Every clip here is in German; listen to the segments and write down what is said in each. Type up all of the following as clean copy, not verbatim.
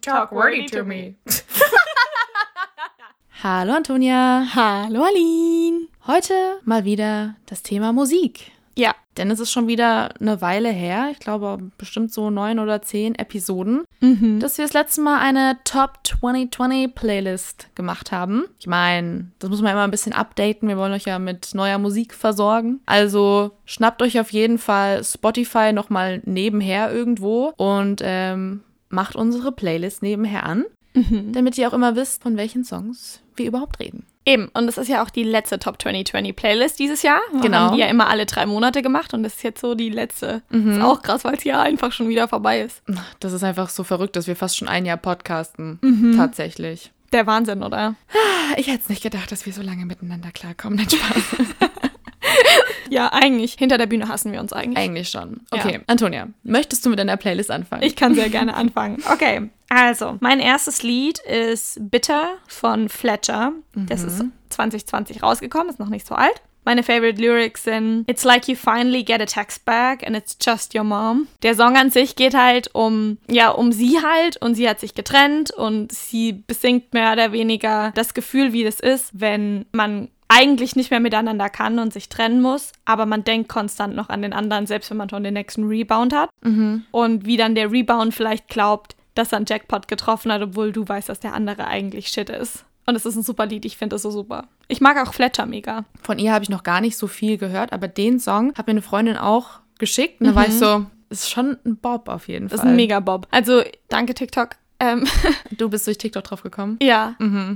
Talk wordy to me. Hallo Antonia. Hallo Aline. Heute mal wieder das Thema Musik. Ja. Denn es ist schon wieder eine Weile her, ich glaube bestimmt so 9 oder 10 Episoden, dass wir das letzte Mal eine Top 2020 Playlist gemacht haben. Ich meine, das muss man immer ein bisschen updaten, wir wollen euch ja mit neuer Musik versorgen. Also schnappt euch auf jeden Fall Spotify nochmal nebenher irgendwo und macht unsere Playlist nebenher an, damit ihr auch immer wisst, von welchen Songs wir überhaupt reden. Eben, und das ist ja auch die letzte Top 2020 Playlist dieses Jahr. Wir Genau. haben die ja immer alle 3 Monate gemacht und das ist jetzt so die letzte. Ist auch krass, weil es ja einfach schon wieder vorbei ist. Das ist einfach so verrückt, dass wir fast schon ein Jahr podcasten. Tatsächlich. Der Wahnsinn, oder? Ich hätte es nicht gedacht, dass wir so lange miteinander klarkommen. Nein, Spaß. Ja, eigentlich. Hinter der Bühne hassen wir uns eigentlich. Eigentlich schon. Okay, Ja. Antonia, möchtest du mit deiner Playlist anfangen? Ich kann sehr gerne anfangen. Okay, also, mein erstes Lied ist Bitter von Fletcher. Das ist 2020 rausgekommen, ist noch nicht so alt. Meine favorite Lyrics sind It's like you finally get a text back and it's just your mom. Der Song an sich geht halt um sie halt und sie hat sich getrennt und sie besingt mehr oder weniger das Gefühl, wie das ist, wenn man eigentlich nicht mehr miteinander kann und sich trennen muss, aber man denkt konstant noch an den anderen, selbst wenn man schon den nächsten Rebound hat. Und wie dann der Rebound vielleicht glaubt, dass er einen Jackpot getroffen hat, obwohl du weißt, dass der andere eigentlich Shit ist. Und es ist ein super Lied, ich finde es so super. Ich mag auch Fletcher mega. Von ihr habe ich noch gar nicht so viel gehört, aber den Song hat mir eine Freundin auch geschickt. Und da war ich so, ist schon ein Bob auf jeden Fall. Das ist ein Mega-Bob. Also, danke TikTok. Du bist durch TikTok drauf gekommen? Ja.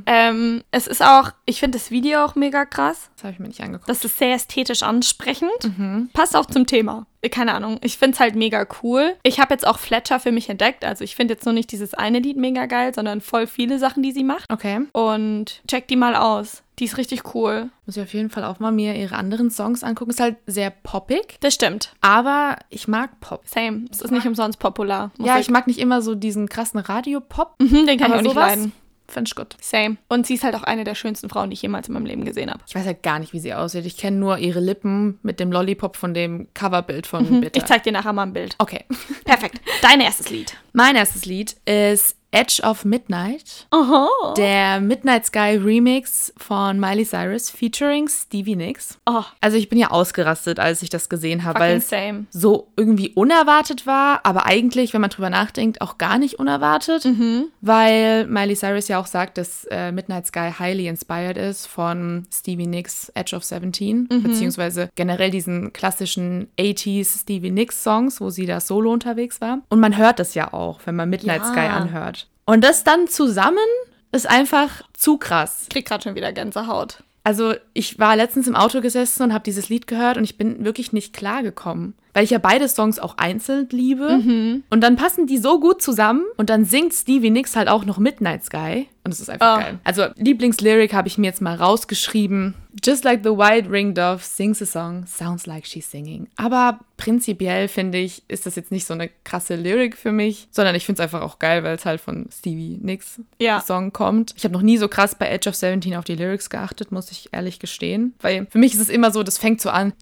Es ist auch, ich finde das Video auch mega krass. Das habe ich mir nicht angeguckt. Das ist sehr ästhetisch ansprechend. Passt auch zum Thema. Keine Ahnung, ich finde es halt mega cool. Ich habe jetzt auch Fletcher für mich entdeckt. Also ich finde jetzt nur nicht dieses eine Lied mega geil, sondern voll viele Sachen, die sie macht. Okay. Und check die mal aus. Die ist richtig cool. Muss ich auf jeden Fall auch mal mir ihre anderen Songs angucken. Ist halt sehr poppig, Das stimmt. aber ich mag Pop. Same. Es ist nicht umsonst popular. Ja, ich mag nicht immer so diesen krassen Radiopop. Den kann ich aber auch nicht sowas leiden. Finde ich gut. Same. Und sie ist halt auch eine der schönsten Frauen, die ich jemals in meinem Leben gesehen habe. Ich weiß halt gar nicht, wie sie aussieht. Ich kenne nur ihre Lippen mit dem Lollipop von dem Coverbild von Bitter. Ich zeig dir nachher mal ein Bild. Okay. Perfekt. Dein erstes Lied. Mein erstes Lied ist Edge of Midnight. Aha. Der Midnight Sky Remix von Miley Cyrus featuring Stevie Nicks. Oh, Also ich bin ja ausgerastet, als ich das gesehen habe, weil fucking es same. so irgendwie unerwartet war, aber eigentlich, wenn man drüber nachdenkt, auch gar nicht unerwartet, weil Miley Cyrus ja auch sagt, dass Midnight Sky highly inspired ist von Stevie Nicks Edge of 17, beziehungsweise generell diesen klassischen 80s Stevie Nicks Songs, wo sie da solo unterwegs war. Und man hört das ja auch, wenn man Midnight Ja. Sky anhört. Und das dann zusammen ist einfach zu krass. Ich krieg gerade schon wieder Gänsehaut. Also ich war letztens im Auto gesessen und habe dieses Lied gehört und ich bin wirklich nicht klargekommen, weil ich ja beide Songs auch einzeln liebe. Und dann passen die so gut zusammen und dann singt Stevie Nicks halt auch noch Midnight Sky und es ist einfach geil. Also Lieblingslyric habe ich mir jetzt mal rausgeschrieben. Just like the white ringed dove sings a song, sounds like she's singing. Aber prinzipiell finde ich, ist das jetzt nicht so eine krasse Lyric für mich, sondern ich finde es einfach auch geil, weil es halt von Stevie Nicks Song kommt. Ich habe noch nie so krass bei Edge of 17 auf die Lyrics geachtet, muss ich ehrlich gestehen. Weil für mich ist es immer so, das fängt so an.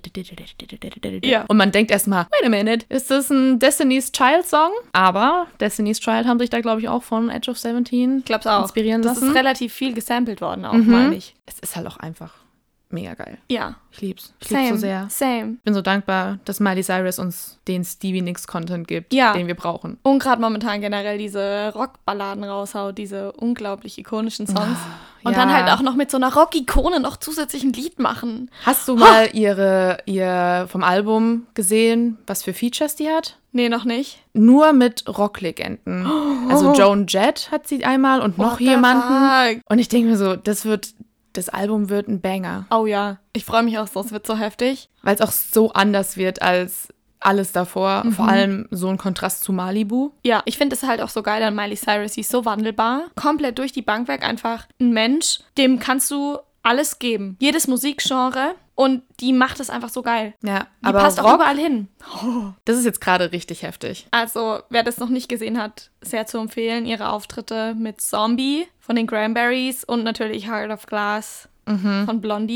Ja. Und man denkt erstmal, wait a minute, ist das ein Destiny's Child Song? Aber Destiny's Child haben sich da, glaube ich, auch von Edge of 17 Ich glaub's auch. inspirieren Das lassen. ist relativ viel gesampelt worden auch, meine ich. Es ist halt auch einfach mega geil. Ja. Ich lieb's. Ich lieb's so sehr. Same. Ich bin so dankbar, dass Miley Cyrus uns den Stevie Nicks Content gibt, Ja. den wir brauchen. Und gerade momentan generell diese Rockballaden raushaut, diese unglaublich ikonischen Songs. Und ja. dann halt auch noch mit so einer Rock-Ikone noch zusätzlich ein Lied machen. Hast du mal ihr vom Album gesehen, was für Features die hat? Nee, noch nicht. Nur mit Rocklegenden. Also Joan Jett hat sie einmal und noch What the jemanden. fuck? Und ich denke mir so, das Album wird ein Banger. Oh ja, ich freue mich auch so, es wird so heftig. Weil es auch so anders wird als alles davor. Vor allem so ein Kontrast zu Malibu. Ja, ich finde es halt auch so geil an Miley Cyrus, sie ist so wandelbar. Komplett durch die Bank weg, einfach ein Mensch, dem kannst du alles geben. Jedes Musikgenre. Und die macht es einfach so geil. Ja, Die aber passt auch Rock, überall hin. das ist jetzt gerade richtig heftig. Also, wer das noch nicht gesehen hat, sehr zu empfehlen. Ihre Auftritte mit Zombie von den Cranberries und natürlich Heart of Glass von Blondie.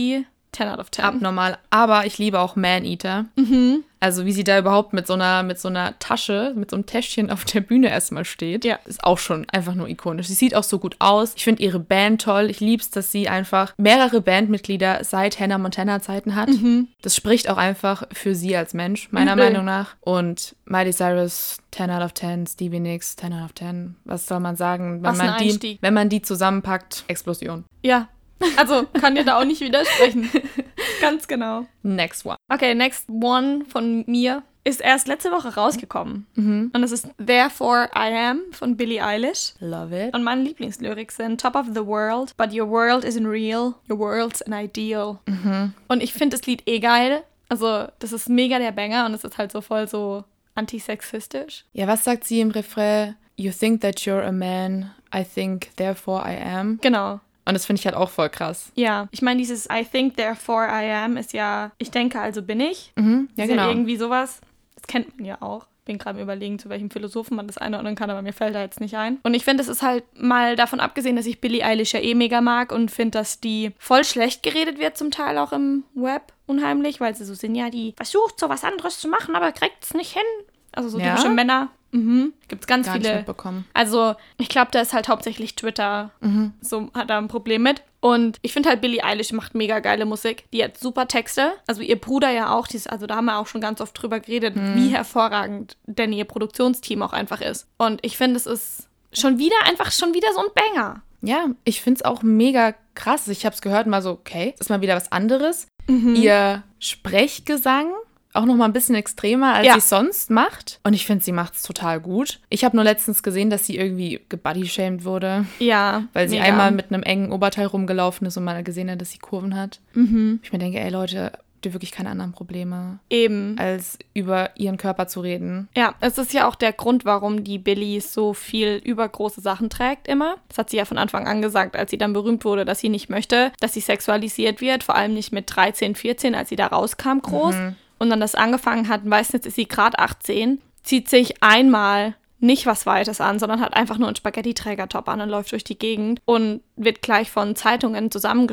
10 out of 10. Abnormal. Aber ich liebe auch Man-Eater. Also wie sie da überhaupt mit so einer Tasche, mit so einem Täschchen auf der Bühne erstmal steht, ist auch schon einfach nur ikonisch. Sie sieht auch so gut aus. Ich finde ihre Band toll. Ich liebe es, dass sie einfach mehrere Bandmitglieder seit Hannah Montana-Zeiten hat. Das spricht auch einfach für sie als Mensch, meiner Meinung nach. Und Miley Cyrus, 10 out of 10, Stevie Nicks, 10 out of 10. Was soll man sagen? Wenn man die zusammenpackt, Explosion. Ja, also kann dir da auch nicht widersprechen. Ganz genau. Next one. Okay, next one von mir ist erst letzte Woche rausgekommen. Und es ist Therefore I Am von Billie Eilish. Love it. Und meine Lieblingslyrics sind Top of the world, but your world isn't real, your world's an ideal. Und ich finde das Lied geil. Also das ist mega der Banger und es ist halt so voll so antisexistisch. Ja, was sagt sie im Refrain? You think that you're a man, I think therefore I am. Genau. Und das finde ich halt auch voll krass. Ja, ich meine, dieses I think, therefore I am ist ja, ich denke, also bin ich. Ja, ist genau. ja irgendwie sowas. Das kennt man ja auch. Bin gerade am Überlegen, zu welchem Philosophen man das einordnen kann, aber mir fällt da jetzt nicht ein. Und ich finde, es ist halt mal davon abgesehen, dass ich Billie Eilish ja mega mag und finde, dass die voll schlecht geredet wird, zum Teil auch im Web unheimlich, weil sie so sind, ja, die versucht so was anderes zu machen, aber kriegt es nicht hin. Also so typische Männer. Gibt es ganz Gar viele. nicht mitbekommen. Also ich glaube, da ist halt hauptsächlich Twitter, so hat da ein Problem mit. Und ich finde halt, Billie Eilish macht mega geile Musik. Die hat super Texte. Also ihr Bruder ja auch. Also da haben wir auch schon ganz oft drüber geredet, wie hervorragend denn ihr Produktionsteam auch einfach ist. Und ich finde, es ist schon wieder so ein Banger. Ja, ich finde es auch mega krass. Ich habe es gehört, mal so, okay, das ist mal wieder was anderes. Ihr Sprechgesang auch noch mal ein bisschen extremer, als sie es sonst macht. Und ich finde, sie macht es total gut. Ich habe nur letztens gesehen, dass sie irgendwie gebodyshamed wurde. Ja, weil sie einmal mit einem engen Oberteil rumgelaufen ist und man gesehen hat, dass sie Kurven hat. Ich mir denke, ey Leute, habt ihr wirklich keine anderen Probleme, eben, als über ihren Körper zu reden. Ja, es ist ja auch der Grund, warum die Billie so viel übergroße Sachen trägt immer. Das hat sie ja von Anfang an gesagt, als sie dann berühmt wurde, dass sie nicht möchte, dass sie sexualisiert wird. Vor allem nicht mit 13, 14, als sie da rauskam groß. Und dann das angefangen hat, weiß nicht, ist sie gerade 18, zieht sich einmal nicht was Weites an, sondern hat einfach nur einen Spaghetti-Trägertop an und läuft durch die Gegend und wird gleich von Zeitungen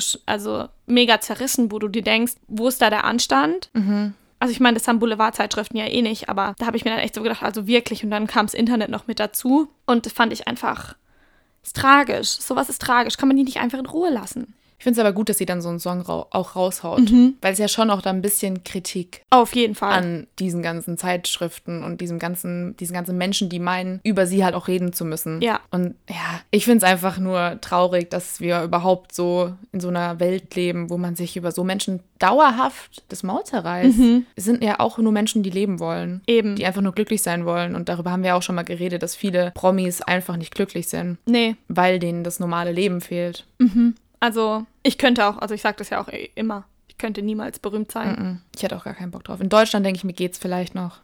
also mega zerrissen, wo du dir denkst, wo ist da der Anstand? Also ich meine, das haben Boulevardzeitschriften ja eh nicht, aber da habe ich mir dann echt so gedacht, also wirklich. Und dann kam das Internet noch mit dazu und das fand ich einfach, ist tragisch. Sowas ist tragisch, kann man die nicht einfach in Ruhe lassen. Ich finde es aber gut, dass sie dann so einen Song auch raushaut, weil es ja schon auch da ein bisschen Kritik auf jeden Fall an diesen ganzen Zeitschriften und diesen ganzen Menschen, die meinen, über sie halt auch reden zu müssen. Ja. Und ja, ich finde es einfach nur traurig, dass wir überhaupt so in so einer Welt leben, wo man sich über so Menschen dauerhaft das Maul zerreißt. Es sind ja auch nur Menschen, die leben wollen. Eben. Die einfach nur glücklich sein wollen. Und darüber haben wir auch schon mal geredet, dass viele Promis einfach nicht glücklich sind. Nee. Weil denen das normale Leben fehlt. Also ich könnte auch, also ich sage das ja auch immer, ich könnte niemals berühmt sein. Ich hätte auch gar keinen Bock drauf. In Deutschland, denke ich, mir geht's vielleicht noch.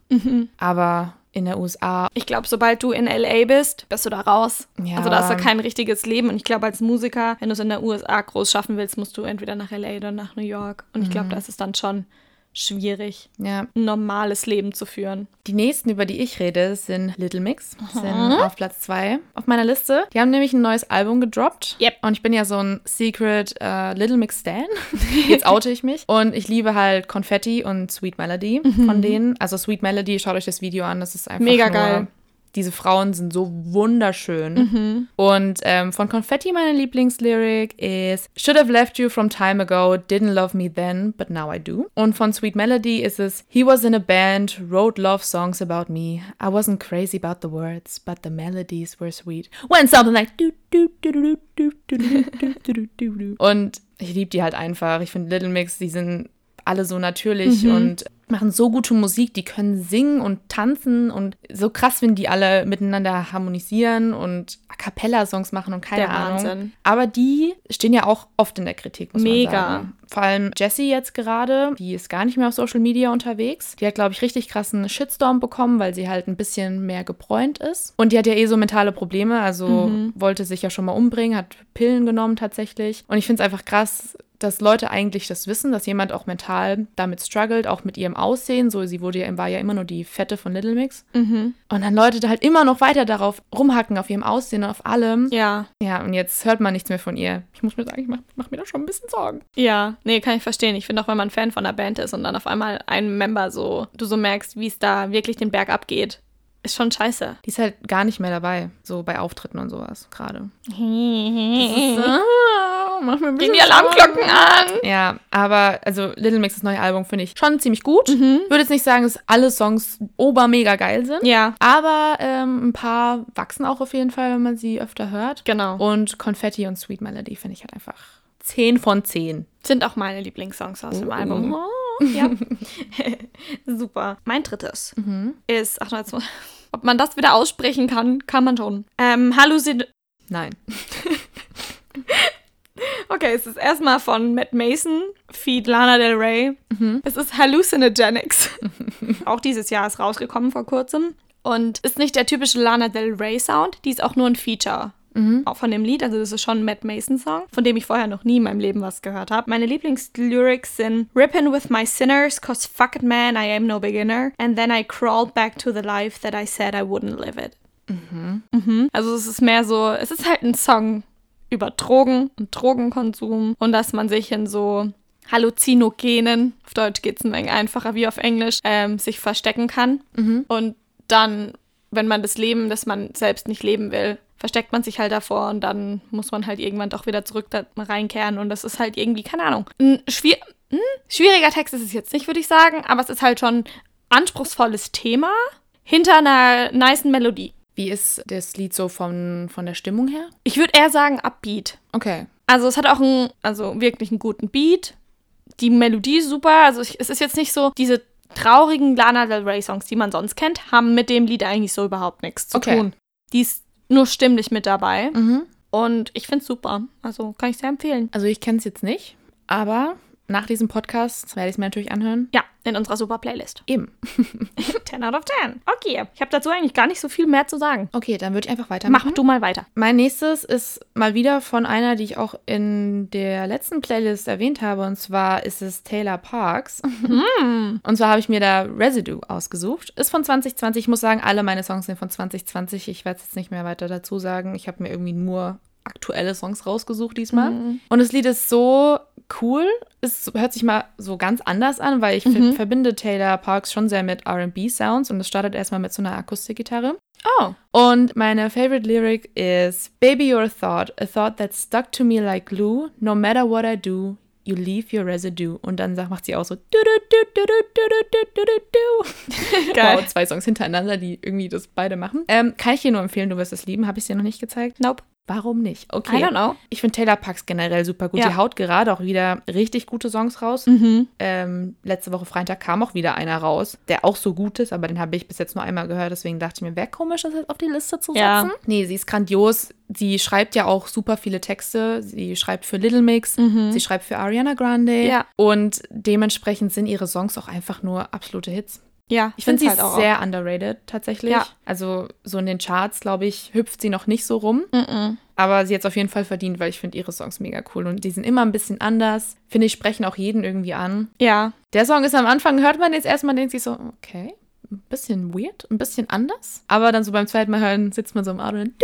Aber in der USA... Ich glaube, sobald du in L.A. bist du da raus. Ja. Also da ist da kein richtiges Leben. Und ich glaube, als Musiker, wenn du es in der USA groß schaffen willst, musst du entweder nach L.A. oder nach New York. Und ich glaube, da ist es dann schon schwierig, ein normales Leben zu führen. Die nächsten, über die ich rede, sind Little Mix. Sind auf Platz 2 auf meiner Liste. Die haben nämlich ein neues Album gedroppt. Yep. Und ich bin ja so ein Secret Little Mix Stan. Jetzt oute ich mich. Und ich liebe halt Confetti und Sweet Melody von denen. Also Sweet Melody, schaut euch das Video an. Das ist einfach mega nur geil. Diese Frauen sind so wunderschön. Und von Confetti meine Lieblingslyric ist Should have left you from time ago, didn't love me then, but now I do. Und von Sweet Melody ist es He was in a band, wrote love songs about me. I wasn't crazy about the words, but the melodies were sweet. When something like do do do do do do do do do do. Und ich liebe die halt einfach. Ich finde Little Mix, die sind alle so natürlich und machen so gute Musik, die können singen und tanzen und so krass, wenn die alle miteinander harmonisieren und A-Cappella-Songs machen und keine Ahnung. Wahnsinn. Aber die stehen ja auch oft in der Kritik, muss mega. man sagen. Vor allem Jessie jetzt gerade, die ist gar nicht mehr auf Social Media unterwegs. Die hat, glaube ich, richtig krassen Shitstorm bekommen, weil sie halt ein bisschen mehr gebräunt ist. Und die hat ja so mentale Probleme, also wollte sich ja schon mal umbringen, hat Pillen genommen tatsächlich. Und ich finde es einfach krass, dass Leute eigentlich das wissen, dass jemand auch mental damit struggelt, auch mit ihrem Aussehen. So, sie war ja immer nur die Fette von Little Mix. Und dann Leute da halt immer noch weiter darauf rumhacken, auf ihrem Aussehen und auf allem. Ja. Ja, und jetzt hört man nichts mehr von ihr. Ich muss mir sagen, ich mach mir da schon ein bisschen Sorgen. Ja, Ja, nee, kann ich verstehen. Ich finde auch, wenn man Fan von einer Band ist und dann auf einmal ein Member du so merkst, wie es da wirklich den Berg abgeht, ist schon scheiße. Die ist halt gar nicht mehr dabei, so bei Auftritten und sowas gerade. Mach mir ein bisschen die Alarmglocken an. Ja, aber also Little Mixes neue Album finde ich schon ziemlich gut. Würde jetzt nicht sagen, dass alle Songs obermega geil sind. Ja. Aber ein paar wachsen auch auf jeden Fall, wenn man sie öfter hört. Genau. Und Confetti und Sweet Melody finde ich halt einfach 10 von 10. Sind auch meine Lieblingssongs aus dem Album. Oh, ja. Super. Mein drittes ist, ob man das wieder aussprechen kann man schon. Nein. Okay, es ist erstmal von Matt Mason, feat. Lana Del Rey. Es ist Hallucinogenics. Auch dieses Jahr ist rausgekommen vor kurzem. Und ist nicht der typische Lana Del Rey Sound, die ist auch nur ein Feature. Auch von dem Lied, also das ist schon ein Matt Mason Song, von dem ich vorher noch nie in meinem Leben was gehört habe. Meine Lieblingslyrics sind Rippin' with my sinners, cause fuck it man, I am no beginner. And then I crawled back to the life that I said I wouldn't live it. Also es ist mehr so, es ist halt ein Song über Drogen und Drogenkonsum und dass man sich in so Halluzinogenen, auf Deutsch geht es ein wenig einfacher wie auf Englisch, sich verstecken kann. Und dann, wenn man das Leben, das man selbst nicht leben will, versteckt man sich halt davor und dann muss man halt irgendwann doch wieder zurück da reinkehren und das ist halt irgendwie, keine Ahnung, ein schwieriger Text ist es jetzt nicht, würde ich sagen, aber es ist halt schon ein anspruchsvolles Thema hinter einer nicen Melodie. Wie ist das Lied so von der Stimmung her? Ich würde eher sagen Upbeat. Okay. Also es hat auch wirklich einen guten Beat. Die Melodie ist super. Also es ist jetzt nicht so, diese traurigen Lana Del Rey Songs, die man sonst kennt, haben mit dem Lied eigentlich so überhaupt nichts zu tun. Die ist nur stimmlich mit dabei. Und ich finde es super. Also kann ich sehr empfehlen. Also ich kenne es jetzt nicht, aber nach diesem Podcast werde ich es mir natürlich anhören. Ja, in unserer super Playlist. Eben. 10 out of 10. Okay, ich habe dazu eigentlich gar nicht so viel mehr zu sagen. Okay, dann würde ich einfach weitermachen. Mach du mal weiter. Mein nächstes ist mal wieder von einer, die ich auch in der letzten Playlist erwähnt habe. Und zwar ist es Taylor Parks. Und zwar habe ich mir da Residue ausgesucht. Ist von 2020. Ich muss sagen, alle meine Songs sind von 2020. Ich werde es jetzt nicht mehr weiter dazu sagen. Ich habe mir irgendwie nur aktuelle Songs rausgesucht diesmal. Und das Lied ist so cool. Es hört sich mal so ganz anders an, weil ich verbinde Taylor Parks schon sehr mit R&B-Sounds und es startet erstmal mit so einer Akustikgitarre. Oh. Und meine favorite lyric is Baby, you're a thought that stuck to me like glue. No matter what I do, you leave your residue. Und dann macht sie auch so Geil. Wow, 2 Songs hintereinander, die irgendwie das beide machen. Kann ich dir nur empfehlen, du wirst es lieben. Habe ich dir noch nicht gezeigt? Nope. Warum nicht? Okay. I don't know. Ich finde Taylor Parks generell super gut. Ja. Die haut gerade auch wieder richtig gute Songs raus. Letzte Woche Freitag kam auch wieder einer raus, der auch so gut ist, aber den habe ich bis jetzt nur einmal gehört. Deswegen dachte ich mir, wäre komisch, das jetzt auf die Liste zu setzen. Ja. Nee, sie ist grandios. Sie schreibt ja auch super viele Texte. Sie schreibt für Little Mix. Sie schreibt für Ariana Grande. Ja. Und dementsprechend sind ihre Songs auch einfach nur absolute Hits. Ja, ich finde sie halt auch sehr underrated tatsächlich. Ja. Also so in den Charts, glaube ich, hüpft sie noch nicht so rum. Aber sie hat es auf jeden Fall verdient, weil ich finde ihre Songs mega cool. Und die sind immer ein bisschen anders. Finde ich, sprechen auch jeden irgendwie an. Ja. Der Song ist am Anfang, hört man jetzt erstmal, denkt sich so, okay, ein bisschen weird, ein bisschen anders. Aber dann so beim zweiten Mal hören, sitzt man so im Auto und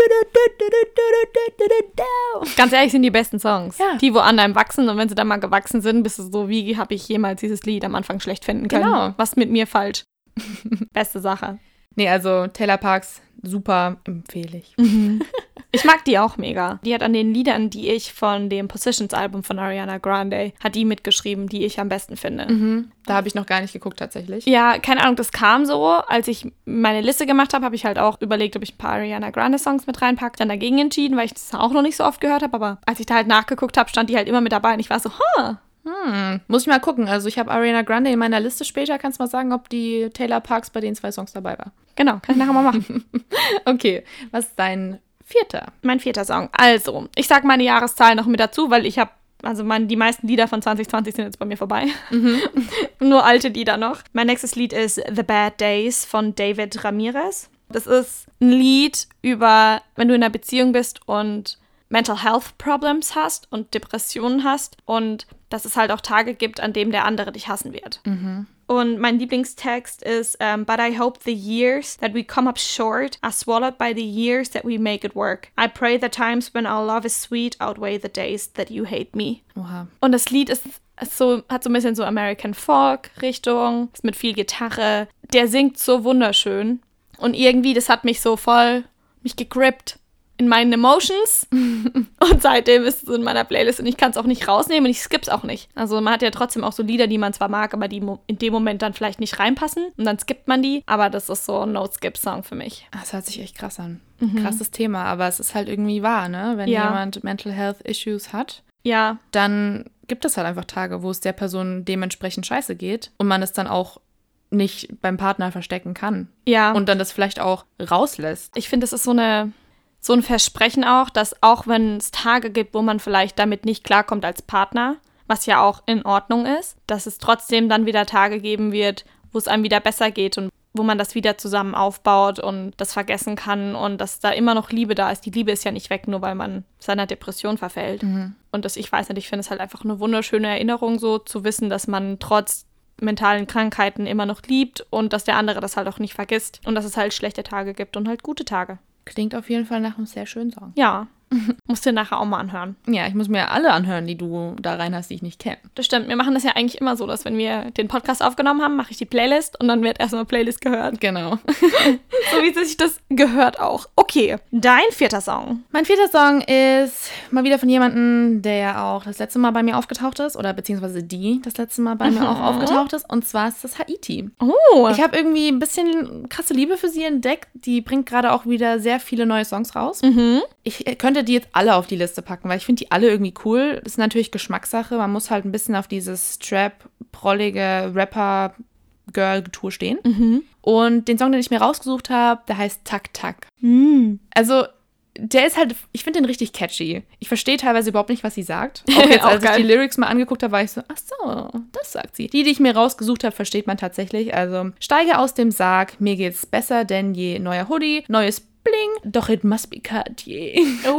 Ganz ehrlich, sind die besten Songs. Ja. Die, wo an einem wachsen. Und wenn sie dann mal gewachsen sind, bist du so, wie habe ich jemals dieses Lied am Anfang schlecht finden können? Genau. Was mit mir falsch? Beste Sache. Nee, also Taylor Parks, super, empfehle ich. Ich mag die auch mega. Die hat an den Liedern, die ich von dem Positions-Album von Ariana Grande, hat die mitgeschrieben, die ich am besten finde. Da habe ich noch gar nicht geguckt tatsächlich. Ja, keine Ahnung, das kam so, als ich meine Liste gemacht habe, habe ich halt auch überlegt, ob ich ein paar Ariana Grande-Songs mit reinpacke. Dann dagegen entschieden, weil ich das auch noch nicht so oft gehört habe. Aber als ich da halt nachgeguckt habe, stand die halt immer mit dabei und ich war so, Muss ich mal gucken. Also ich habe Ariana Grande in meiner Liste später. Kannst du mal sagen, ob die Taylor Parks bei den 2 Songs dabei war? Genau, kann ich nachher mal machen. Okay, was ist dein 4.? Mein 4. Song. Also, ich sag meine Jahreszahl noch mit dazu, weil ich habe, die meisten Lieder von 2020 sind jetzt bei mir vorbei. Nur alte Lieder noch. Mein nächstes Lied ist The Bad Days von David Ramirez. Das ist ein Lied über, wenn du in einer Beziehung bist und Mental Health Problems hast und Depressionen hast und dass es halt auch Tage gibt, an denen der andere dich hassen wird. Und mein Lieblingstext ist But I hope the years that we come up short are swallowed by the years that we make it work. I pray the times when our love is sweet outweigh the days that you hate me. Oha. Und das Lied ist hat so ein bisschen so American Folk-Richtung, ist mit viel Gitarre. Der singt so wunderschön. Und irgendwie, das hat mich so voll gegrippt in meinen Emotions. Und seitdem ist es in meiner Playlist und ich kann es auch nicht rausnehmen und ich skipp's auch nicht. Also man hat ja trotzdem auch so Lieder, die man zwar mag, aber die in dem Moment dann vielleicht nicht reinpassen und dann skippt man die. Aber das ist so ein No-Skip-Song für mich. Das hört sich echt krass an. Krasses Thema, aber es ist halt irgendwie wahr, ne? Wenn jemand Mental Health Issues hat, dann gibt es halt einfach Tage, wo es der Person dementsprechend scheiße geht und man es dann auch nicht beim Partner verstecken kann. Ja. Und dann das vielleicht auch rauslässt. Ich finde, das ist so ein Versprechen auch, dass auch wenn es Tage gibt, wo man vielleicht damit nicht klarkommt als Partner, was ja auch in Ordnung ist, dass es trotzdem dann wieder Tage geben wird, wo es einem wieder besser geht und wo man das wieder zusammen aufbaut und das vergessen kann und dass da immer noch Liebe da ist. Die Liebe ist ja nicht weg, nur weil man seiner Depression verfällt. Und ich weiß nicht, ich finde es halt einfach eine wunderschöne Erinnerung, so zu wissen, dass man trotz mentalen Krankheiten immer noch liebt und dass der andere das halt auch nicht vergisst und dass es halt schlechte Tage gibt und halt gute Tage. Klingt auf jeden Fall nach einem sehr schönen Song. Ja, musst du nachher auch mal anhören. Ja, ich muss mir alle anhören, die du da rein hast, die ich nicht kenne. Das stimmt, wir machen das ja eigentlich immer so, dass wenn wir den Podcast aufgenommen haben, mache ich die Playlist und dann wird erstmal Playlist gehört. Genau. So wie sich das gehört auch. Okay, dein 4. Song. Mein 4. Song ist mal wieder von jemandem, der auch das letzte Mal bei mir aufgetaucht ist oder beziehungsweise die das letzte Mal bei mir auch aufgetaucht ist und zwar ist das Haiti. Oh. Ich habe irgendwie ein bisschen krasse Liebe für sie entdeckt. Die bringt gerade auch wieder sehr viele neue Songs raus. Ich könnte die jetzt alle auf die Liste packen, weil ich finde die alle irgendwie cool. Das ist natürlich Geschmackssache. Man muss halt ein bisschen auf dieses Trap-prollige Rapper-Girl-Tour stehen. Und den Song, den ich mir rausgesucht habe, der heißt Tak Tak. Also der ist halt, ich finde den richtig catchy. Ich verstehe teilweise überhaupt nicht, was sie sagt. Auch jetzt, als ich die Lyrics mal angeguckt habe, war ich so, ach so, das sagt sie. Die ich mir rausgesucht habe, versteht man tatsächlich. Also, steige aus dem Sarg, mir geht's besser denn je. Neuer Hoodie, neues Bling, doch it must be Cartier.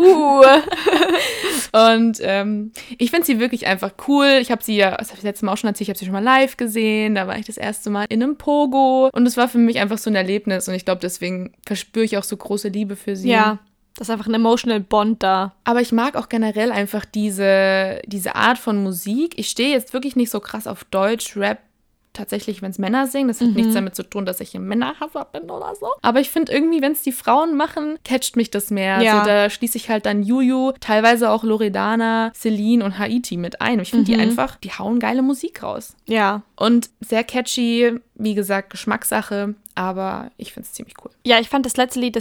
Und ich finde sie wirklich einfach cool. Ich habe sie ja, das habe ich letztes Mal auch schon erzählt, ich habe sie schon mal live gesehen. Da war ich das erste Mal in einem Pogo. Und es war für mich einfach so ein Erlebnis. Und ich glaube, deswegen verspüre ich auch so große Liebe für sie. Ja, das ist einfach ein emotional Bond da. Aber ich mag auch generell einfach diese Art von Musik. Ich stehe jetzt wirklich nicht so krass auf Deutsch-Rap, tatsächlich, wenn es Männer singen. Das hat nichts damit zu tun, dass ich ein Männerhasser bin oder so. Aber ich finde irgendwie, wenn es die Frauen machen, catcht mich das mehr. Ja. Also da schließe ich halt dann Juju, teilweise auch Loredana, Celine und Haiti mit ein. Und ich finde die einfach, die hauen geile Musik raus. Ja. Und sehr catchy, wie gesagt, Geschmackssache, aber ich finde es ziemlich cool. Ja, ich fand das letzte Lied,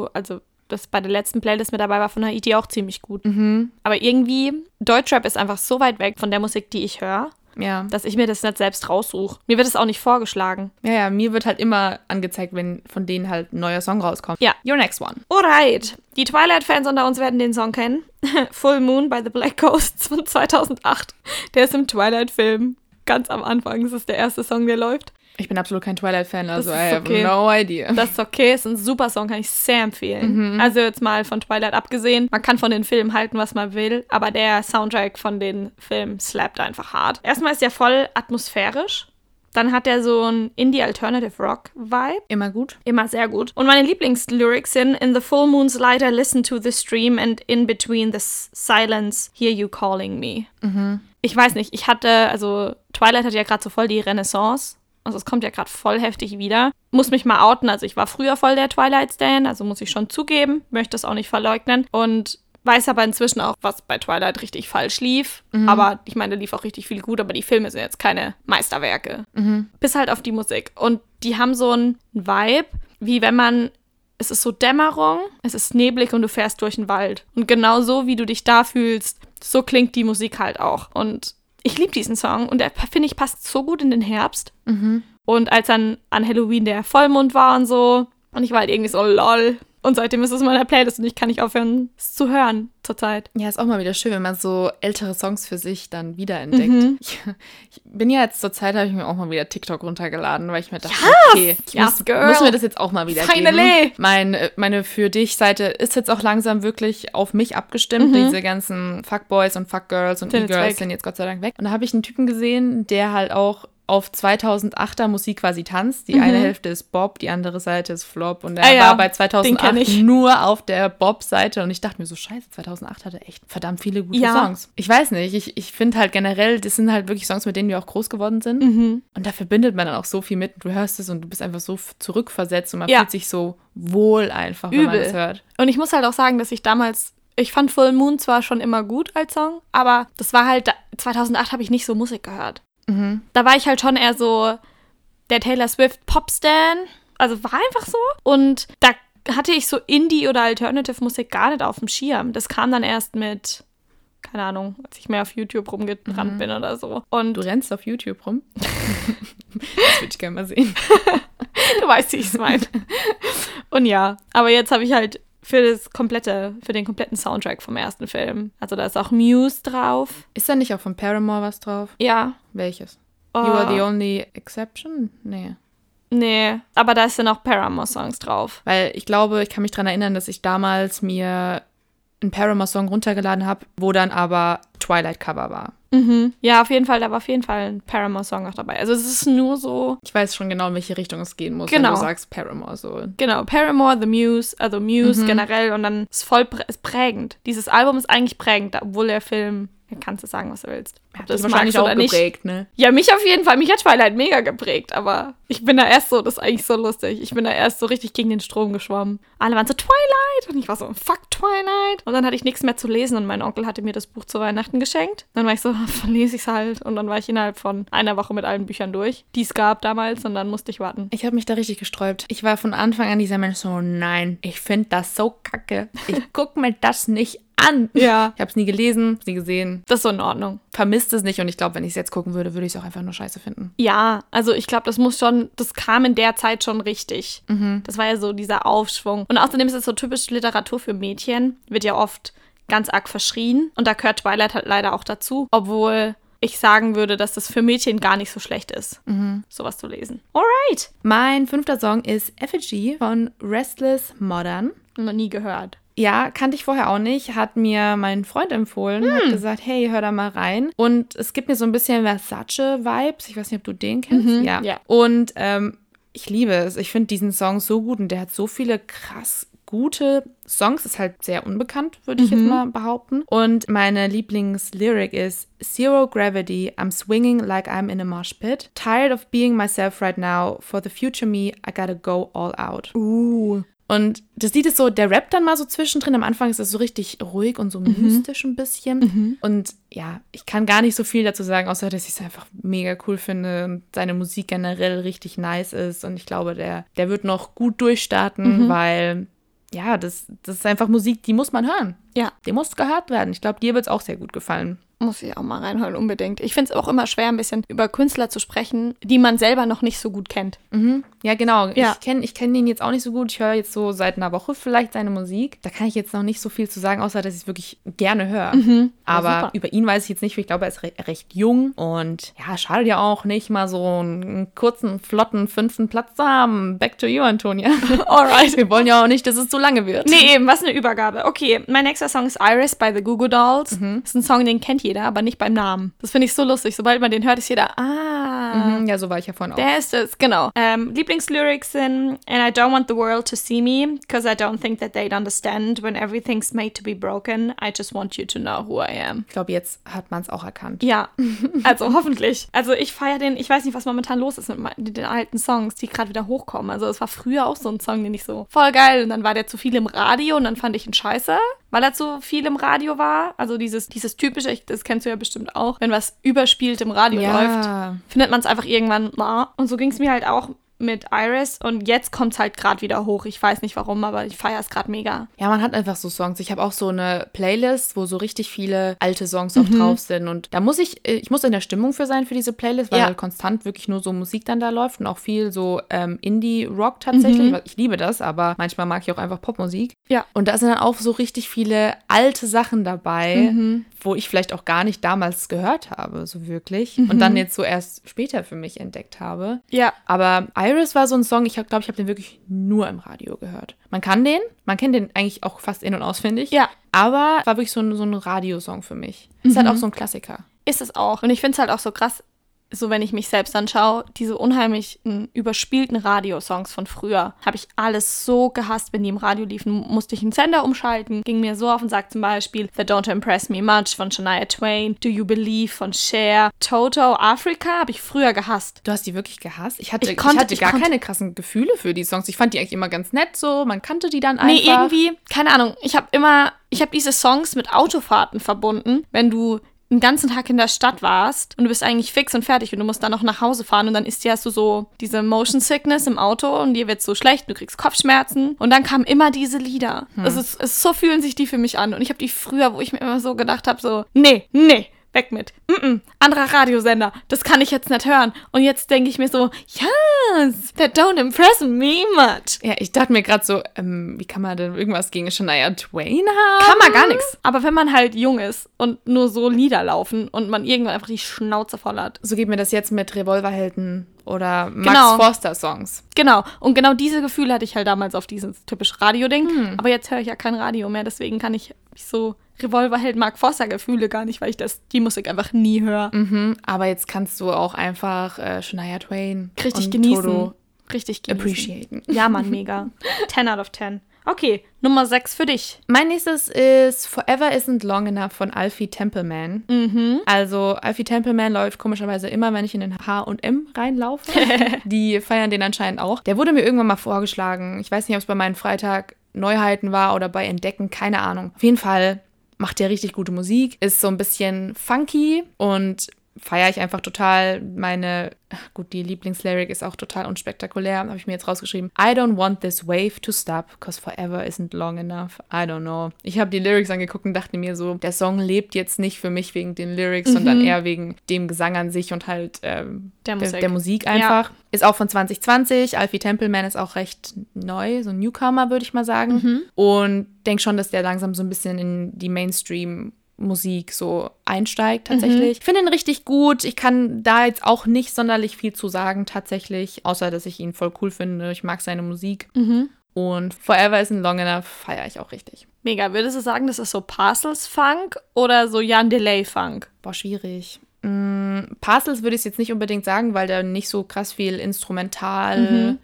das bei der letzten Playlist mit dabei war von Haiti auch ziemlich gut. Aber irgendwie, Deutschrap ist einfach so weit weg von der Musik, die ich höre, dass ich mir das nicht selbst raussuche. Mir wird es auch nicht vorgeschlagen. Ja, mir wird halt immer angezeigt, wenn von denen halt ein neuer Song rauskommt. Ja. Your next one. Alright. Die Twilight-Fans unter uns werden den Song kennen. Full Moon by the Black Ghosts von 2008. Der ist im Twilight-Film ganz am Anfang. Das ist der erste Song, der läuft. Ich bin absolut kein Twilight-Fan, also Das I ist have okay. no idea. Das ist okay, ist ein super Song, kann ich sehr empfehlen. Also jetzt mal von Twilight abgesehen, man kann von den Filmen halten, was man will, aber der Soundtrack von den Filmen slappt einfach hart. Erstmal ist der voll atmosphärisch, dann hat er so einen Indie-Alternative-Rock-Vibe. Immer gut. Immer sehr gut. Und meine Lieblingslyrics sind: In the full moon's light I listen to the stream and in between the silence hear you calling me. Ich weiß nicht, Twilight hat ja gerade so voll die Renaissance. Also es kommt ja gerade voll heftig wieder. Muss mich mal outen, also ich war früher voll der Twilight-Stan, also muss ich schon zugeben, möchte es auch nicht verleugnen. Und weiß aber inzwischen auch, was bei Twilight richtig falsch lief. Aber ich meine, da lief auch richtig viel gut, aber die Filme sind jetzt keine Meisterwerke. Bis halt auf die Musik. Und die haben so einen Vibe, wie wenn es ist so Dämmerung, es ist neblig und du fährst durch den Wald. Und genau so, wie du dich da fühlst, so klingt die Musik halt auch. Und ich liebe diesen Song und der, finde ich, passt so gut in den Herbst. Und als dann an Halloween der Vollmond war und so, und ich war halt irgendwie so, lol. Und seitdem ist es in meiner Playlist und ich kann nicht aufhören, es zu hören zurzeit. Ja, ist auch mal wieder schön, wenn man so ältere Songs für sich dann wiederentdeckt. Ich bin ja jetzt zur Zeit, habe ich mir auch mal wieder TikTok runtergeladen, weil ich mir dachte, okay, muss mir das jetzt auch mal wieder Finally. geben. Meine Für dich-Seite ist jetzt auch langsam wirklich auf mich abgestimmt. Diese ganzen Fuckboys und Fuckgirls und E-Girls sind jetzt Gott sei Dank weg. Und da habe ich einen Typen gesehen, der halt auch auf 2008er Musik quasi tanzt. Die eine Hälfte ist Bob, die andere Seite ist Flop. Und er war bei 2008 nur auf der Bob-Seite. Und ich dachte mir so, scheiße, 2008 hatte echt verdammt viele gute Songs. Ich weiß nicht, ich finde halt generell, das sind halt wirklich Songs, mit denen wir auch groß geworden sind. Und da verbindet man dann auch so viel mit. Du hörst es und du bist einfach so zurückversetzt und man fühlt sich so wohl einfach, wenn man das hört. Und ich muss halt auch sagen, dass ich fand Full Moon zwar schon immer gut als Song, aber das war halt, 2008 habe ich nicht so Musik gehört. Da war ich halt schon eher so der Taylor Swift Popstan, also war einfach so. Und da hatte ich so Indie- oder Alternative-Musik gar nicht auf dem Schirm. Das kam dann erst mit, keine Ahnung, als ich mehr auf YouTube rumgerannt bin oder so. Und du rennst auf YouTube rum? Das würde ich gerne mal sehen. Du weißt, wie ich es meine. Und ja, aber jetzt habe ich halt für den kompletten Soundtrack vom ersten Film. Also da ist auch Muse drauf. Ist da nicht auch von Paramore was drauf? Ja. Welches? You Are the Only Exception? Nee, aber da sind auch Paramore-Songs drauf. Weil ich glaube, ich kann mich daran erinnern, dass ich damals mir einen Paramore-Song runtergeladen habe, wo dann aber Twilight-Cover war. Ja, auf jeden Fall, da war auf jeden Fall ein Paramore-Song noch dabei. Also es ist nur so... Ich weiß schon genau, in welche Richtung es gehen muss, wenn du sagst Paramore so. Genau, Paramore, The Muse, also Muse generell und dann ist ist prägend. Dieses Album ist eigentlich prägend, obwohl der Film... Kannst du sagen, was du willst. Ob das wahrscheinlich auch geprägt, ne? Ja, mich auf jeden Fall. Mich hat Twilight mega geprägt, aber ich bin da erst so, das ist eigentlich so lustig, ich bin da erst so richtig gegen den Strom geschwommen. Alle waren so, Twilight! Und ich war so, fuck Twilight! Und dann hatte ich nichts mehr zu lesen und mein Onkel hatte mir das Buch zu Weihnachten geschenkt. Dann war ich so, dann lese ich es halt. Und dann war ich innerhalb von einer Woche mit allen Büchern durch, die es gab damals und dann musste ich warten. Ich habe mich da richtig gesträubt. Ich war von Anfang an dieser Mensch so, nein, ich finde das so kacke. Ich guck mir das nicht an. Ja. Ich habe es nie gelesen, nie gesehen. Das ist so in Ordnung. Vermisst es nicht und ich glaube, wenn ich es jetzt gucken würde, würde ich es auch einfach nur scheiße finden. Ja, also ich glaube, das kam in der Zeit schon richtig. Das war ja so dieser Aufschwung. Und außerdem ist es so typisch Literatur für Mädchen, wird ja oft ganz arg verschrien und da gehört Twilight halt leider auch dazu, obwohl ich sagen würde, dass das für Mädchen gar nicht so schlecht ist, sowas zu lesen. Alright. Mein 5. Song ist Effigy von Restless Modern. Noch nie gehört. Ja, kannte ich vorher auch nicht, hat mir mein Freund empfohlen, hat gesagt, hey, hör da mal rein. Und es gibt mir so ein bisschen Versace-Vibes, ich weiß nicht, ob du den kennst. Ja. Und ich liebe es, ich finde diesen Song so gut und der hat so viele krass gute Songs, ist halt sehr unbekannt, würde ich jetzt mal behaupten. Und meine Lieblingslyric ist Zero Gravity, I'm swinging like I'm in a mosh pit. Tired of being myself right now, for the future me, I gotta go all out. Und das Lied ist so, der rappt dann mal so zwischendrin. Am Anfang ist es so richtig ruhig und so mystisch ein bisschen. Und ja, ich kann gar nicht so viel dazu sagen, außer dass ich es einfach mega cool finde und seine Musik generell richtig nice ist. Und ich glaube, der wird noch gut durchstarten, weil ja, das ist einfach Musik, die muss man hören. Ja. Die muss gehört werden. Ich glaube, dir wird es auch sehr gut gefallen. Muss ich auch mal reinhören, unbedingt. Ich finde es auch immer schwer, ein bisschen über Künstler zu sprechen, die man selber noch nicht so gut kennt. Ja, genau. Ja. Ich kenn ihn jetzt auch nicht so gut. Ich höre jetzt so seit einer Woche vielleicht seine Musik. Da kann ich jetzt noch nicht so viel zu sagen, außer dass ich es wirklich gerne höre. Aber ja, über ihn weiß ich jetzt nicht, weil ich glaube, er ist recht jung. Und ja, schadet ja auch nicht, mal so einen kurzen, flotten 5. Platz zu haben. Back to you, Antonia. Alright. Wir wollen ja auch nicht, dass es zu lange wird. Nee, eben, was eine Übergabe. Okay, mein nächster Song ist Iris by the Goo Goo Dolls. Das ist ein Song, den kennt jeder, aber nicht beim Namen. Das finde ich so lustig. Sobald man den hört, ist jeder, Ja, so war ich ja vorhin auch. Der ist es, genau. Lieblingslyrics sind And I don't want the world to see me, because I don't think that they'd understand when everything's made to be broken. I just want you to know who I am. Ich glaube, jetzt hat man es auch erkannt. Ja, also hoffentlich. Also ich feiere den, ich weiß nicht, was momentan los ist mit den alten Songs, die gerade wieder hochkommen. Also es war früher auch so ein Song, den ich so voll geil und dann war der zu viel im Radio und dann fand ich ihn scheiße, weil er zu viel im Radio war. Also dieses typische, das kennst du ja bestimmt auch, wenn was überspielt im Radio läuft, findet man es einfach irgendwann, und so ging es mir halt auch mit Iris und jetzt kommt es halt gerade wieder hoch. Ich weiß nicht warum, aber ich feiere es gerade mega. Ja, man hat einfach so Songs. Ich habe auch so eine Playlist, wo so richtig viele alte Songs auch drauf sind und da muss ich muss in der Stimmung für sein für diese Playlist, weil halt konstant wirklich nur so Musik dann da läuft und auch viel so Indie-Rock tatsächlich. Ich liebe das, aber manchmal mag ich auch einfach Popmusik. Ja. Und da sind dann auch so richtig viele alte Sachen dabei, wo ich vielleicht auch gar nicht damals gehört habe, so wirklich. Und dann jetzt so erst später für mich entdeckt habe. Ja. Aber Iris war so ein Song, ich glaube, ich habe den wirklich nur im Radio gehört. Man kennt den eigentlich auch fast in- und auswendig. Ja. Aber war wirklich so ein Radiosong für mich. Ist halt auch so ein Klassiker. Ist es auch. Und ich finde es halt auch so krass, so wenn ich mich selbst anschaue, diese unheimlichen, überspielten Radiosongs von früher, habe ich alles so gehasst, wenn die im Radio liefen. Musste ich einen Sender umschalten, ging mir so auf den Sack, zum Beispiel The Don't Impress Me Much von Shania Twain, Do You Believe von Cher, Toto, Africa, habe ich früher gehasst. Du hast die wirklich gehasst? Ich hatte keine krassen Gefühle für die Songs. Ich fand die eigentlich immer ganz nett so, man kannte die dann einfach. Nee, irgendwie, keine Ahnung, ich habe diese Songs mit Autofahrten verbunden, wenn du den ganzen Tag in der Stadt warst und du bist eigentlich fix und fertig und du musst dann noch nach Hause fahren und dann hast du so diese Motion Sickness im Auto und dir wird so schlecht, du kriegst Kopfschmerzen und dann kamen immer diese Lieder. So fühlen sich die für mich an und ich habe die früher, wo ich mir immer so gedacht habe, so, nee, weg mit. Anderer Radiosender, das kann ich jetzt nicht hören. Und jetzt denke ich mir so, yes, that don't impress me much. Ja, ich dachte mir gerade so, wie kann man denn irgendwas gegen Shania Twain haben? Kann man gar nichts. Aber wenn man halt jung ist und nur so Lieder laufen und man irgendwann einfach die Schnauze voll hat. So geht mir das jetzt mit Revolverhelden oder Max Forster-Songs. Genau. Und genau diese Gefühle hatte ich halt damals auf dieses typisch Radio-Ding. Aber jetzt höre ich ja kein Radio mehr, deswegen kann ich so Revolverheld Mark Forster Gefühle gar nicht, weil ich die Musik einfach nie höre. Aber jetzt kannst du auch einfach Shania Twain richtig und genießen. Toto Richtig genießen. appreciaten. Ja, Mann, mega. 10 out of 10. Okay, Nummer 6 für dich. Mein nächstes ist Forever Isn't Long Enough von Alfie Templeman. Also Alfie Templeman läuft komischerweise immer, wenn ich in den H&M reinlaufe. Die feiern den anscheinend auch. Der wurde mir irgendwann mal vorgeschlagen. Ich weiß nicht, ob es bei meinen Freitag Neuheiten war oder bei Entdecken, keine Ahnung. Auf jeden Fall macht der richtig gute Musik, ist so ein bisschen funky und feiere ich einfach total. Die Lieblingslyric ist auch total unspektakulär, habe ich mir jetzt rausgeschrieben. I don't want this wave to stop, cause forever isn't long enough. I don't know. Ich habe die Lyrics angeguckt und dachte mir so, der Song lebt jetzt nicht für mich wegen den Lyrics, sondern eher wegen dem Gesang an sich und halt der Musik einfach. Ja. Ist auch von 2020. Alfie Templeman ist auch recht neu, so ein Newcomer, würde ich mal sagen. Und denke schon, dass der langsam so ein bisschen in die Mainstream-Musik so einsteigt tatsächlich. Ich finde ihn richtig gut. Ich kann da jetzt auch nicht sonderlich viel zu sagen tatsächlich, außer dass ich ihn voll cool finde. Ich mag seine Musik. Und Forever Isn't Long Enough feiere ich auch richtig. Mega. Würdest du sagen, das ist so Parcels-Funk oder so Jan Delay-Funk? Boah, schwierig. Parcels würde ich jetzt nicht unbedingt sagen, weil da nicht so krass viel instrumentales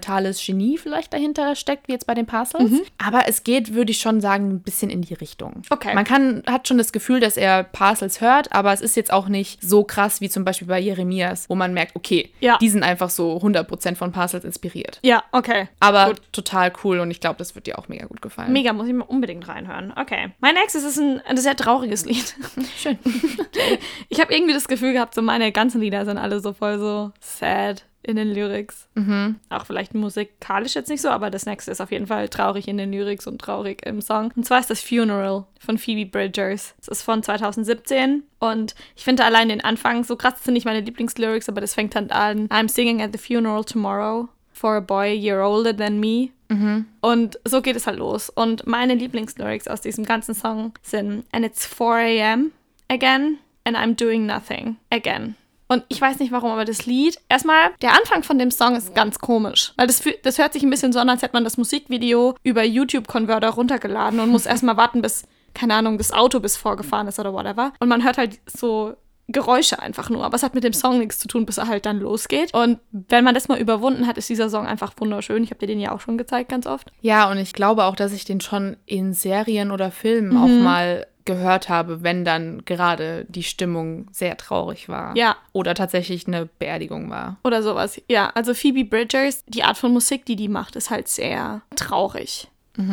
Genie vielleicht dahinter steckt, wie jetzt bei den Parcels. Aber es geht, würde ich schon sagen, ein bisschen in die Richtung. Okay. Man hat schon das Gefühl, dass er Parcels hört, aber es ist jetzt auch nicht so krass wie zum Beispiel bei Jeremias, wo man merkt, okay, die sind einfach so 100% von Parcels inspiriert. Ja, okay. Aber gut. Total cool und ich glaube, das wird dir auch mega gut gefallen. Mega, muss ich mal unbedingt reinhören. Okay. Mein nächstes ist ein sehr trauriges Lied. Schön. Ich habe irgendwie das Gefühl gehabt, so meine ganzen Lieder sind alle so voll so sad in den Lyrics. Auch vielleicht musikalisch jetzt nicht so, aber das nächste ist auf jeden Fall traurig in den Lyrics und traurig im Song. Und zwar ist das Funeral von Phoebe Bridgers. Das ist von 2017 und ich finde allein den Anfang so krass, das sind nicht meine Lieblingslyrics, aber das fängt dann an. I'm singing at the funeral tomorrow for a boy a year older than me. Und so geht es halt los. Und meine Lieblingslyrics aus diesem ganzen Song sind And it's 4 a.m. again and I'm doing nothing again. Und ich weiß nicht warum, aber das Lied, erstmal, der Anfang von dem Song ist ganz komisch. Weil das hört sich ein bisschen so an, als hätte man das Musikvideo über YouTube-Converter runtergeladen und muss erstmal warten, bis, keine Ahnung, das Auto bis vorgefahren ist oder whatever. Und man hört halt so Geräusche einfach nur. Aber es hat mit dem Song nichts zu tun, bis er halt dann losgeht. Und wenn man das mal überwunden hat, ist dieser Song einfach wunderschön. Ich habe dir den ja auch schon gezeigt, ganz oft. Ja, und ich glaube auch, dass ich den schon in Serien oder Filmen auch mal gehört habe, wenn dann gerade die Stimmung sehr traurig war. Ja. Oder tatsächlich eine Beerdigung war. Oder sowas. Ja, also Phoebe Bridgers, die Art von Musik, die macht, ist halt sehr traurig.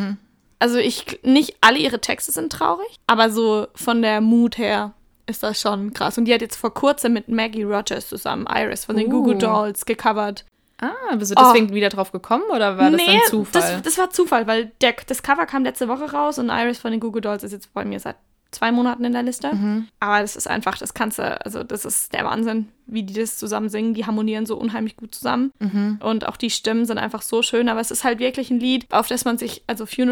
Also nicht alle ihre Texte sind traurig, aber so von der Mut her ist das schon krass. Und die hat jetzt vor kurzem mit Maggie Rogers zusammen Iris von den Goo Goo Dolls gecovert. Bist du deswegen wieder drauf gekommen oder war das dann Zufall? Das war Zufall, weil das Cover kam letzte Woche raus und Iris von den Goo Goo Dolls ist jetzt bei mir seit 2 Monaten in der Liste. Aber das ist einfach, das ist der Wahnsinn, wie die das zusammen singen. Die harmonieren so unheimlich gut zusammen. Und auch die Stimmen sind einfach so schön. Aber es ist halt wirklich ein Lied, auf das man sich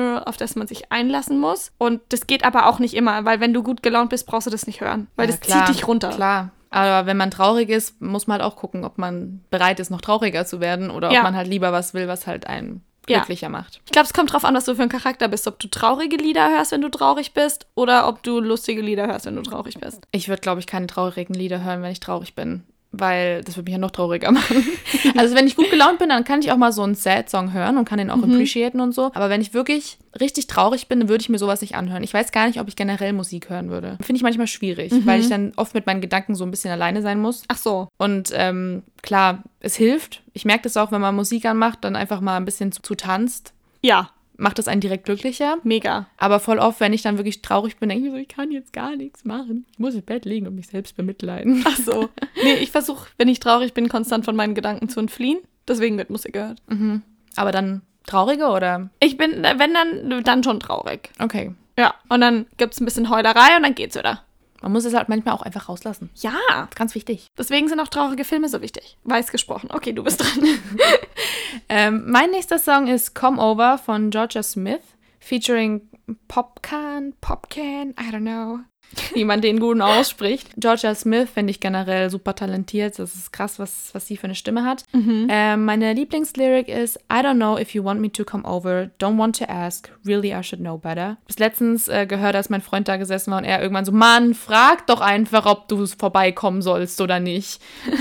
einlassen muss. Und das geht aber auch nicht immer, weil wenn du gut gelaunt bist, brauchst du das nicht hören. Weil das zieht dich runter. Klar. Aber wenn man traurig ist, muss man halt auch gucken, ob man bereit ist, noch trauriger zu werden oder ob man halt lieber was will, was halt einen glücklicher macht. Ich glaube, es kommt drauf an, was du für ein Charakter bist. Ob du traurige Lieder hörst, wenn du traurig bist oder ob du lustige Lieder hörst, wenn du traurig bist. Ich würde, glaube ich, keine traurigen Lieder hören, wenn ich traurig bin. weil das würde mich ja noch trauriger machen. Also wenn ich gut gelaunt bin, dann kann ich auch mal so einen Sad-Song hören und kann den auch appreciaten und so. Aber wenn ich wirklich richtig traurig bin, dann würde ich mir sowas nicht anhören. Ich weiß gar nicht, ob ich generell Musik hören würde. Finde ich manchmal schwierig, weil ich dann oft mit meinen Gedanken so ein bisschen alleine sein muss. Ach so. Und klar, es hilft. Ich merke das auch, wenn man Musik anmacht, dann einfach mal ein bisschen zu tanzt. Ja. Macht das einen direkt glücklicher. Mega. Aber voll oft, wenn ich dann wirklich traurig bin, denke ich mir so, ich kann jetzt gar nichts machen. Ich muss im Bett liegen und mich selbst bemitleiden. Ach so. Nee, ich versuche, wenn ich traurig bin, konstant von meinen Gedanken zu entfliehen. Deswegen wird Musik gehört. Aber dann traurige oder? Ich bin, wenn dann schon traurig. Okay. Ja, und dann gibt es ein bisschen Heulerei und dann geht's wieder. Man muss es halt manchmal auch einfach rauslassen. Ja. Ganz wichtig. Deswegen sind auch traurige Filme so wichtig. Weiß gesprochen. Okay, du bist dran. Mein nächster Song ist Come Over von Georgia Smith, featuring Popcan, I don't know, wie man den guten ausspricht. Georgia Smith finde ich generell super talentiert. Das ist krass, was sie für eine Stimme hat. Meine Lieblingslyric ist I don't know if you want me to come over. Don't want to ask. Really, I should know better. Bis letztens gehört, als mein Freund da gesessen war und er irgendwann so, Mann, frag doch einfach, ob du vorbeikommen sollst oder nicht.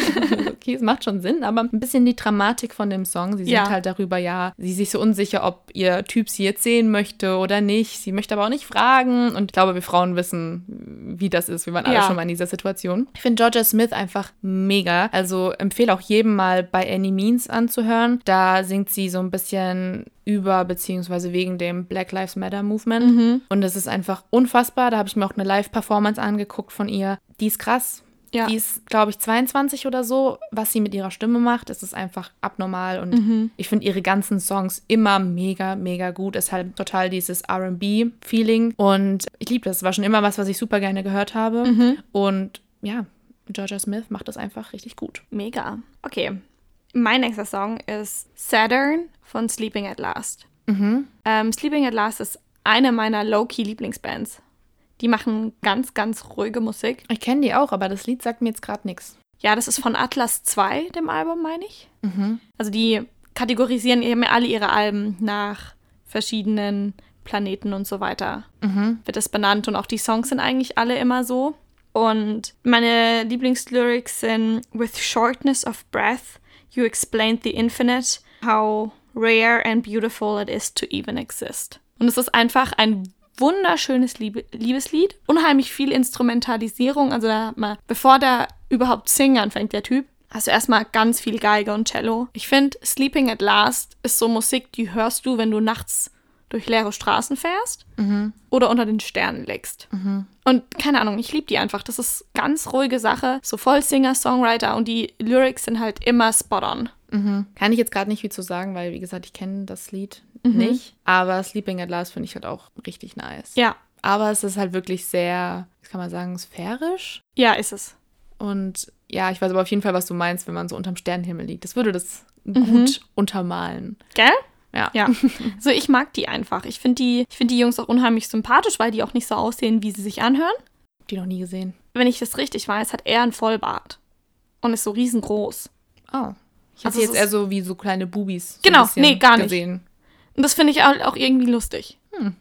Okay, es macht schon Sinn, aber ein bisschen die Dramatik von dem Song. Sie singt halt darüber, ja, sie ist sich so unsicher, ob ihr Typ sie jetzt sehen möchte oder nicht. Sie möchte aber auch nicht fragen. Und ich glaube, wir Frauen wissen, wie das ist. Wir waren alle schon mal in dieser Situation. Ich finde Georgia Smith einfach mega. Also empfehle auch jedem mal bei Any Means anzuhören. Da singt sie so ein bisschen über beziehungsweise wegen dem Black Lives Matter Movement. Und das ist einfach unfassbar. Da habe ich mir auch eine Live-Performance angeguckt von ihr. Die ist krass. Ja. Die ist, glaube ich, 22 oder so. Was sie mit ihrer Stimme macht, das ist einfach abnormal. Und ich finde ihre ganzen Songs immer mega, mega gut. Es ist halt total dieses R&B-Feeling. Und ich liebe das. War schon immer was ich super gerne gehört habe. Und ja, Georgia Smith macht das einfach richtig gut. Mega. Okay. Mein nächster Song ist Saturn von Sleeping at Last. Sleeping at Last ist eine meiner Low-Key-Lieblingsbands. Die machen ganz, ganz ruhige Musik. Ich kenne die auch, aber das Lied sagt mir jetzt gerade nichts. Ja, das ist von Atlas 2, dem Album, meine ich. Also die kategorisieren eben alle ihre Alben nach verschiedenen Planeten und so weiter. Wird das benannt und auch die Songs sind eigentlich alle immer so. Und meine Lieblingslyrics sind With shortness of breath, you explained the infinite, how rare and beautiful it is to even exist. Und es ist einfach ein wunderschönes Liebeslied. Unheimlich viel Instrumentalisierung. Also da hat man, bevor der überhaupt singen anfängt, der Typ, hast du erstmal ganz viel Geige und Cello. Ich finde, Sleeping at Last ist so Musik, die hörst du, wenn du nachts durch leere Straßen fährst oder unter den Sternen liegst. Und keine Ahnung, ich liebe die einfach. Das ist ganz ruhige Sache. So voll Singer-Songwriter und die Lyrics sind halt immer spot on. Kann ich jetzt gerade nicht viel zu sagen, weil, wie gesagt, ich kenne das Lied nicht. Aber Sleeping at Last finde ich halt auch richtig nice. Ja. Aber es ist halt wirklich sehr, wie kann man sagen, sphärisch. Ja, ist es. Und ja, ich weiß aber auf jeden Fall, was du meinst, wenn man so unterm Sternenhimmel liegt. Das würde das gut untermalen. Gell? Ja. So, ich mag die einfach. Ich finde die Jungs auch unheimlich sympathisch, weil die auch nicht so aussehen, wie sie sich anhören. Die noch nie gesehen. Wenn ich das richtig weiß, hat er einen Vollbart. Und ist so riesengroß. Oh. Ich hatte jetzt eher so wie so kleine Bubis. So genau, nee, gar nicht. Gesehen. Und das finde ich auch irgendwie lustig.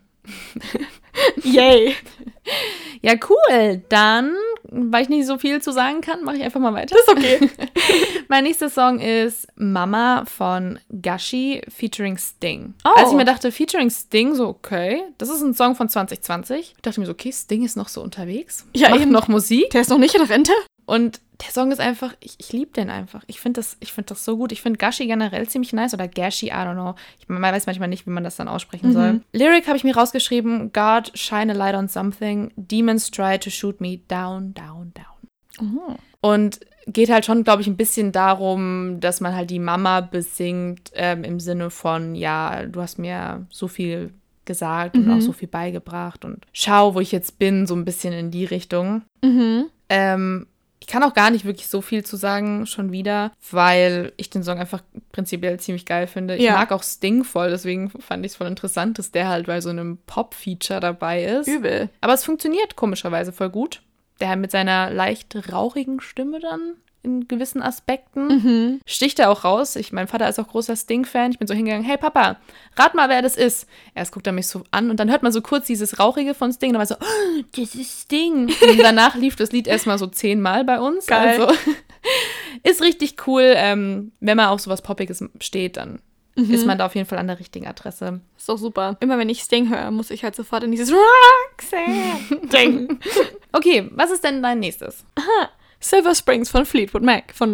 Yay. Ja, cool. Dann, weil ich nicht so viel zu sagen kann, mache ich einfach mal weiter. Das ist okay. Mein nächster Song ist Mama von Gashi featuring Sting. Oh. Als ich mir dachte, featuring Sting, so okay, das ist ein Song von 2020. Ich dachte mir so, okay, Sting ist noch so unterwegs. Ja, macht eben noch Musik. Der ist noch nicht in Rente. Und der Song ist einfach, ich liebe den einfach. Ich finde das so gut. Ich finde Gashi generell ziemlich nice. Oder Gashi, I don't know. Ich weiß manchmal nicht, wie man das dann aussprechen soll. Lyric habe ich mir rausgeschrieben. God, shine a light on something. Demons try to shoot me down, down, down. Und geht halt schon, glaube ich, ein bisschen darum, dass man halt die Mama besingt im Sinne von, ja, du hast mir so viel gesagt und auch so viel beigebracht und schau, wo ich jetzt bin, so ein bisschen in die Richtung. Ich kann auch gar nicht wirklich so viel zu sagen, schon wieder, weil ich den Song einfach prinzipiell ziemlich geil finde. Ich mag auch Sting voll, deswegen fand ich es voll interessant, dass der halt bei so einem Pop-Feature dabei ist. Übel. Aber es funktioniert komischerweise voll gut. Der halt mit seiner leicht rauchigen Stimme dann in gewissen Aspekten sticht er auch raus. Mein Vater ist auch großer Sting-Fan. Ich bin so hingegangen, hey Papa, rat mal, wer das ist. Erst guckt er mich so an und dann hört man so kurz dieses Rauchige von Sting und dann war so, oh, das ist Sting. Und danach lief das Lied erstmal so 10-mal bei uns. Geil. Also Ist richtig cool. Wenn man auf sowas Poppiges steht, dann ist man da auf jeden Fall an der richtigen Adresse. Ist doch super. Immer wenn ich Sting höre, muss ich halt sofort in dieses Roxanne denken. Okay, was ist denn dein nächstes? Silver Springs von Fleetwood Mac von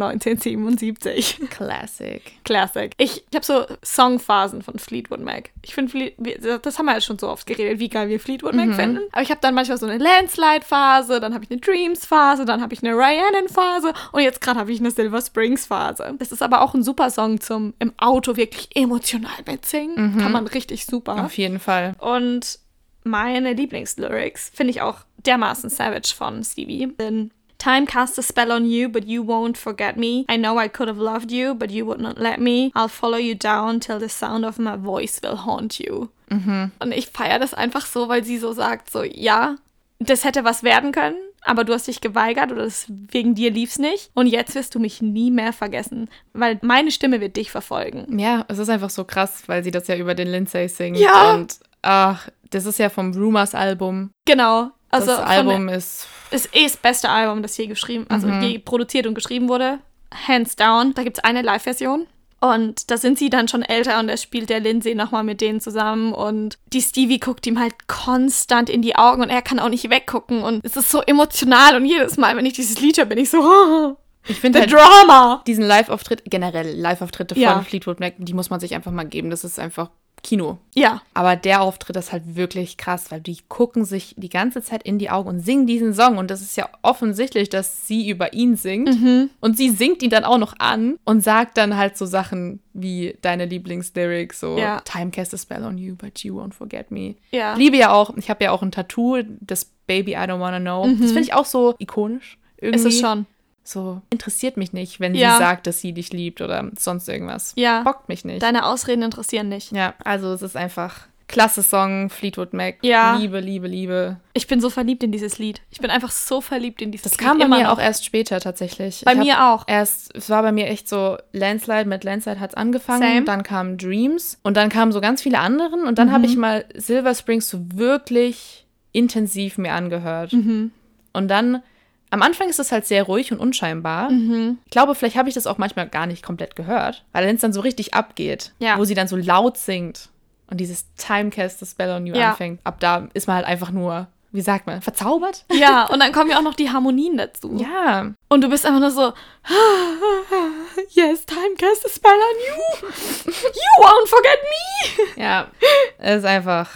1977. Classic. Ich habe so Songphasen von Fleetwood Mac. Ich finde, das haben wir ja schon so oft geredet, wie geil wir Fleetwood Mac finden. Aber ich habe dann manchmal so eine Landslide-Phase, dann habe ich eine Dreams-Phase, dann habe ich eine Rhiannon-Phase und jetzt gerade habe ich eine Silver Springs-Phase. Das ist aber auch ein super Song zum im Auto wirklich emotional mitsingen. Kann man richtig super. Auf jeden Fall. Und meine Lieblingslyrics finde ich auch dermaßen savage von Stevie. Denn Time cast a spell on you, but you won't forget me. I know I could have loved you, but you would not let me. I'll follow you down till the sound of my voice will haunt you. Und ich feiere das einfach so, weil sie so sagt, so, ja, das hätte was werden können, aber du hast dich geweigert oder wegen dir lief's nicht. Und jetzt wirst du mich nie mehr vergessen, weil meine Stimme wird dich verfolgen. Ja, es ist einfach so krass, weil sie das ja über den Lindsay singt. Ja. Und das ist ja vom Rumors-Album. Genau. Also das Album ist das beste Album, das je je produziert und geschrieben wurde. Hands down. Da gibt es eine Live-Version. Und da sind sie dann schon älter und da spielt der Lindsay nochmal mit denen zusammen. Und die Stevie guckt ihm halt konstant in die Augen und er kann auch nicht weggucken. Und es ist so emotional. Und jedes Mal, wenn ich dieses Lied höre, bin ich so, ich finde halt Drama. Diesen Live-Auftritt, generell Live-Auftritte von Ja. Fleetwood Mac, die muss man sich einfach mal geben. Das ist einfach Kino. Ja. Aber der Auftritt ist halt wirklich krass, weil die gucken sich die ganze Zeit in die Augen und singen diesen Song. Und das ist ja offensichtlich, dass sie über ihn singt. Und sie singt ihn dann auch noch an und sagt dann halt so Sachen wie deine Lieblingslyrics, so Ja. Time cast a spell on you, but you won't forget me. Ja. Liebe ja auch, ich habe ja auch ein Tattoo, das Baby I Don't Wanna Know. Das finde ich auch so ikonisch. Irgendwie. Ist es schon. So, interessiert mich nicht, wenn Ja. sie sagt, dass sie dich liebt oder sonst irgendwas. Ja. Bockt mich nicht. Deine Ausreden interessieren nicht. Ja, also es ist einfach klasse Song, Fleetwood Mac. Ja. Liebe, Liebe, Liebe. Ich bin so verliebt in dieses Lied. Ich bin einfach so verliebt in dieses Das Lied. kam bei immer mir noch. auch erst später tatsächlich. Bei mir auch. Es war bei mir echt so Landslide, mit Landslide hat es angefangen. Same. Dann kam Dreams und dann kamen so ganz viele anderen und dann habe ich mal Silver Springs so wirklich intensiv mir angehört. Und dann am Anfang ist es halt sehr ruhig und unscheinbar. Ich glaube, vielleicht habe ich das auch manchmal gar nicht komplett gehört, weil wenn es dann so richtig abgeht, Ja. wo sie dann so laut singt und dieses Time cast the spell on you Ja. anfängt, ab da ist man halt einfach nur, wie sagt man, verzaubert? Ja, und dann kommen ja auch noch die Harmonien dazu. Ja. Und du bist einfach nur so, yes, time cast a spell on you. You won't forget me. Ja, es ist einfach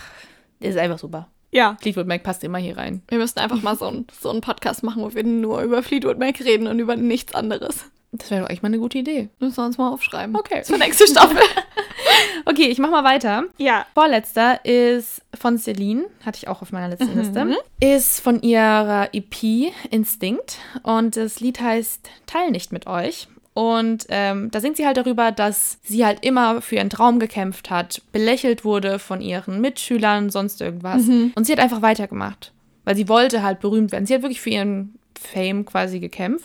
super. Ja, Fleetwood Mac passt immer hier rein. wir müssten einfach mal so einen Podcast machen, wo wir nur über Fleetwood Mac reden und über nichts anderes. Das wäre doch echt mal eine gute Idee. Müssen wir uns mal aufschreiben. Okay. Zur nächsten Staffel. Okay, ich mach mal weiter. Ja. Vorletzter ist von Celine, hatte ich auch auf meiner letzten Liste. Ist von ihrer EP Instinct und das Lied heißt Teil nicht mit euch. Und da singt sie halt darüber, dass sie halt immer für ihren Traum gekämpft hat, belächelt wurde von ihren Mitschülern, sonst irgendwas. Und sie hat einfach weitergemacht, weil sie wollte halt berühmt werden. Sie hat wirklich für ihren Fame quasi gekämpft.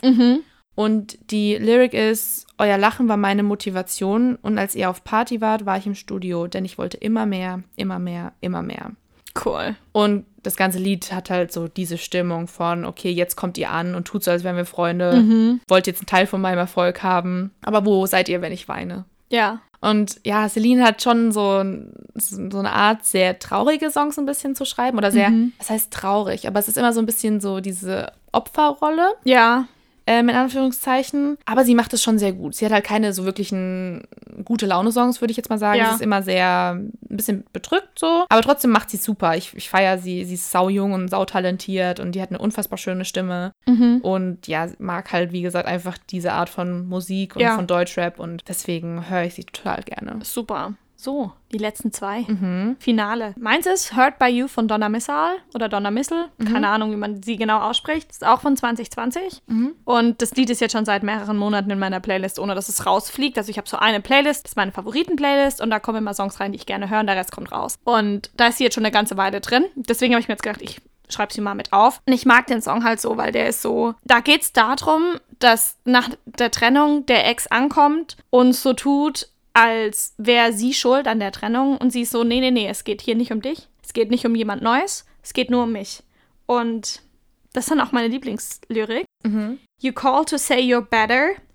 Und die Lyric ist, euer Lachen war meine Motivation und als ihr auf Party wart, war ich im Studio, denn ich wollte immer mehr, immer mehr, immer mehr. Cool. Und das ganze Lied hat halt so diese Stimmung von, okay, jetzt kommt ihr an und tut so, als wären wir Freunde, wollt jetzt einen Teil von meinem Erfolg haben, aber wo seid ihr, wenn ich weine? Ja. Und ja, Celine hat schon so eine Art, sehr traurige Songs ein bisschen zu schreiben oder sehr, das heißt traurig, aber es ist immer so ein bisschen so diese Opferrolle. Ja. In Anführungszeichen. Aber sie macht es schon sehr gut. Sie hat halt keine so wirklichen gute Laune-Songs, würde ich jetzt mal sagen. Ja. Sie ist immer sehr, ein bisschen bedrückt so. Aber trotzdem macht sie super. Ich feiere sie. Sie ist saujung und sautalentiert und die hat eine unfassbar schöne Stimme. Und ja, mag halt, wie gesagt, einfach diese Art von Musik und von Deutschrap. Und deswegen höre ich sie total gerne. Super. So, die letzten zwei. Finale. Meins ist Hurt by You von Donna Missal oder Donna Missal. Keine Ahnung, wie man sie genau ausspricht. Ist auch von 2020. Und das Lied ist jetzt schon seit mehreren Monaten in meiner Playlist, ohne dass es rausfliegt. Also ich habe so eine Playlist, das ist meine Favoriten-Playlist und da kommen immer Songs rein, die ich gerne höre und der Rest kommt raus. Und da ist sie jetzt schon eine ganze Weile drin. Deswegen habe ich mir jetzt gedacht, ich schreibe sie mal mit auf. Und ich mag den Song halt so, weil der ist so, da geht es darum, dass nach der Trennung der Ex ankommt und so tut, als wäre sie schuld an der Trennung und sie ist so, nee, es geht hier nicht um dich, es geht nicht um jemand Neues, es geht nur um mich. Und das ist dann auch meine Lieblingslyrik. You call to say you're better,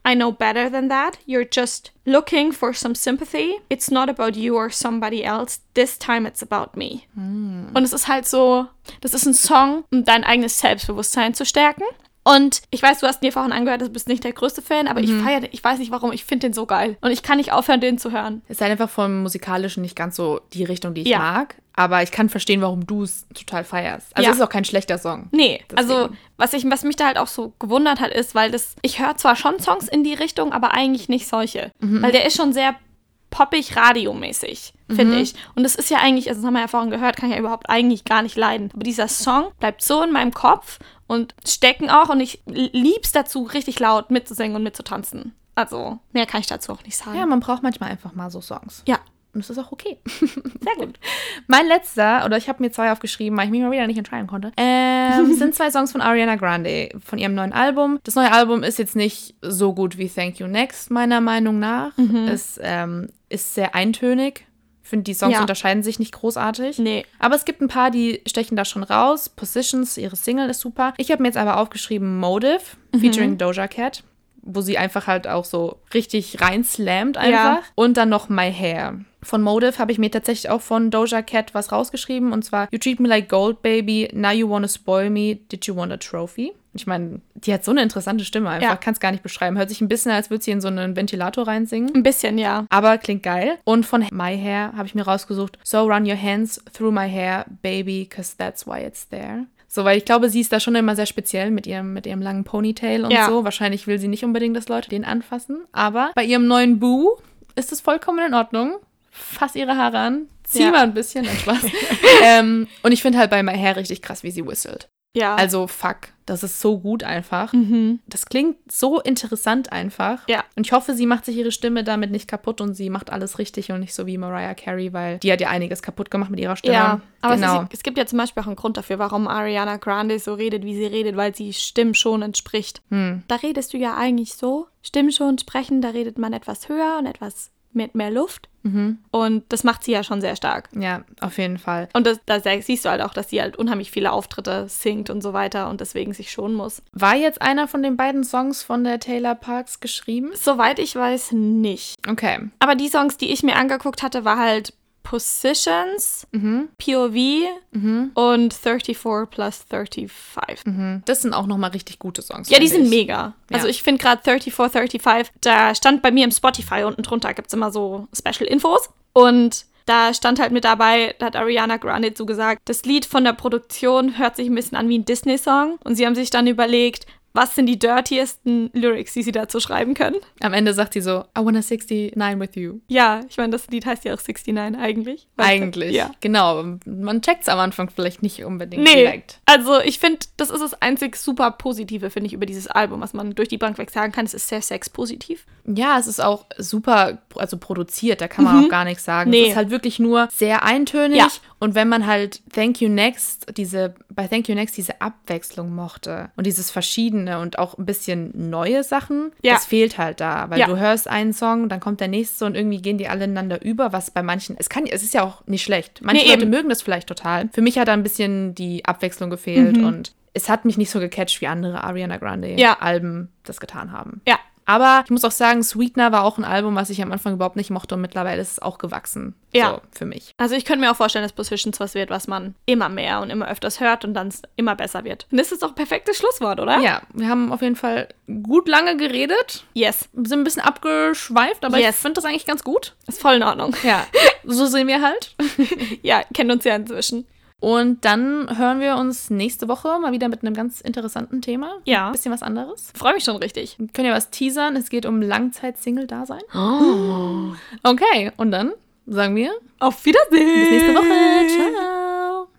I know better than that. You're just looking for some sympathy. It's not about you or somebody else. This time it's about me. Und es ist halt so, das ist ein Song, um dein eigenes Selbstbewusstsein zu stärken. Und ich weiß, du hast mir vorhin angehört, du bist nicht der größte Fan, aber ich feiere den, ich weiß nicht warum, ich finde den so geil. Und ich kann nicht aufhören, den zu hören. Ist halt einfach vom Musikalischen nicht ganz so die Richtung, die ich mag. Aber ich kann verstehen, warum du es total feierst. Also es ist auch kein schlechter Song. Nee, deswegen. Also was mich da halt auch so gewundert hat, ist, weil ich höre zwar schon Songs in die Richtung, aber eigentlich nicht solche. Weil der ist schon sehr poppig, radiomäßig, finde ich. Und das ist ja eigentlich, also das haben wir ja vorhin gehört, kann ich ja überhaupt eigentlich gar nicht leiden. Aber dieser Song bleibt so in meinem Kopf und stecken auch und ich lieb's dazu, richtig laut mitzusingen und mitzutanzen. Also, mehr kann ich dazu auch nicht sagen. Ja, man braucht manchmal einfach mal so Songs. Ja. Und das ist auch okay. Sehr gut. Mein letzter, oder ich habe mir 2 aufgeschrieben, weil ich mich mal wieder nicht entscheiden konnte, sind 2 Songs von Ariana Grande, von ihrem neuen Album. Das neue Album ist jetzt nicht so gut wie Thank You Next, meiner Meinung nach. Es ist sehr eintönig. Ich finde, die Songs unterscheiden sich nicht großartig. Nee. Aber es gibt ein paar, die stechen da schon raus. Positions, ihre Single ist super. Ich habe mir jetzt aber aufgeschrieben Motive, featuring Doja Cat, wo sie einfach halt auch so richtig reinslammt einfach. Ja. Und dann noch My Hair. Von Motive habe ich mir tatsächlich auch von Doja Cat was rausgeschrieben. Und zwar, You treat me like gold, baby. Now you wanna spoil me. Did you want a trophy? Ich meine, die hat so eine interessante Stimme einfach. Ja. Kann es gar nicht beschreiben. Hört sich ein bisschen, als würde sie in so einen Ventilator reinsingen. Ein bisschen, ja. Aber klingt geil. Und von My Hair habe ich mir rausgesucht, So run your hands through my hair, baby, cause that's why it's there. So, weil ich glaube, sie ist da schon immer sehr speziell mit ihrem langen Ponytail und so. Wahrscheinlich will sie nicht unbedingt, dass Leute den anfassen. Aber bei ihrem neuen Boo ist es vollkommen in Ordnung. Fass ihre Haare an, zieh mal ein bisschen, dann Spaß. Und ich finde halt bei My Hair richtig krass, wie sie whistelt. Ja. Also, fuck, das ist so gut einfach. Das klingt so interessant einfach. Ja. Und ich hoffe, sie macht sich ihre Stimme damit nicht kaputt und sie macht alles richtig und nicht so wie Mariah Carey, weil die hat ja einiges kaputt gemacht mit ihrer Stimme. Ja, aber es gibt ja zum Beispiel auch einen Grund dafür, warum Ariana Grande so redet, wie sie redet, weil sie stimmschonend spricht. Da redest du ja eigentlich so. Stimmschonend sprechen, da redet man etwas höher und etwas mit mehr Luft. Und das macht sie ja schon sehr stark. Ja, auf jeden Fall. Und da siehst du halt auch, dass sie halt unheimlich viele Auftritte singt und so weiter und deswegen sich schonen muss. War jetzt einer von den beiden Songs von der Taylor Parks geschrieben? Soweit ich weiß, nicht. Okay. Aber die Songs, die ich mir angeguckt hatte, war halt Positions, POV und 34 plus 35. Das sind auch nochmal richtig gute Songs. Ja, die sind mega. Ja. Also ich finde gerade 34, 35, da stand bei mir im Spotify unten drunter, gibt es immer so Special Infos. Und da stand halt mit dabei, da hat Ariana Grande so gesagt, das Lied von der Produktion hört sich ein bisschen an wie ein Disney-Song. Und sie haben sich dann überlegt, was sind die dirtiesten Lyrics, die sie dazu schreiben können? Am Ende sagt sie so, I wanna 69 with you. Ja, ich meine, das Lied heißt ja auch 69 eigentlich. Eigentlich, ja. Genau. Man checkt es am Anfang vielleicht nicht unbedingt direkt. Also ich finde, das ist das einzig super Positive, finde ich, über dieses Album, was man durch die Bank weg sagen kann. Es ist sehr sexpositiv. Ja, es ist auch super, also produziert, da kann man auch gar nichts sagen. Es ist halt wirklich nur sehr eintönig. Ja. Und wenn man halt bei Thank You Next diese Abwechslung mochte und dieses Verschiedene und auch ein bisschen neue Sachen, das fehlt halt da. Weil du hörst einen Song, dann kommt der nächste und irgendwie gehen die alle ineinander über, was bei manchen, es ist ja auch nicht schlecht. Manche Leute mögen das vielleicht total. Für mich hat da ein bisschen die Abwechslung gefehlt und es hat mich nicht so gecatcht, wie andere Ariana Grande Alben das getan haben. Ja. Aber ich muss auch sagen, Sweetener war auch ein Album, was ich am Anfang überhaupt nicht mochte und mittlerweile ist es auch gewachsen. Ja. So, für mich. Also ich könnte mir auch vorstellen, dass Positions was wird, was man immer mehr und immer öfters hört und dann es immer besser wird. Und das ist doch ein perfektes Schlusswort, oder? Ja, wir haben auf jeden Fall gut lange geredet. Yes. Wir sind ein bisschen abgeschweift, aber ich finde das eigentlich ganz gut. Ist voll in Ordnung. Ja, so sehen wir halt. Ja, kennen uns ja inzwischen. Und dann hören wir uns nächste Woche mal wieder mit einem ganz interessanten Thema. Ja. Ein bisschen was anderes. Freue mich schon richtig. Wir können ja was teasern. Es geht um Langzeit-Single-Dasein. Oh. Okay, und dann sagen wir auf Wiedersehen. Bis nächste Woche. Ciao.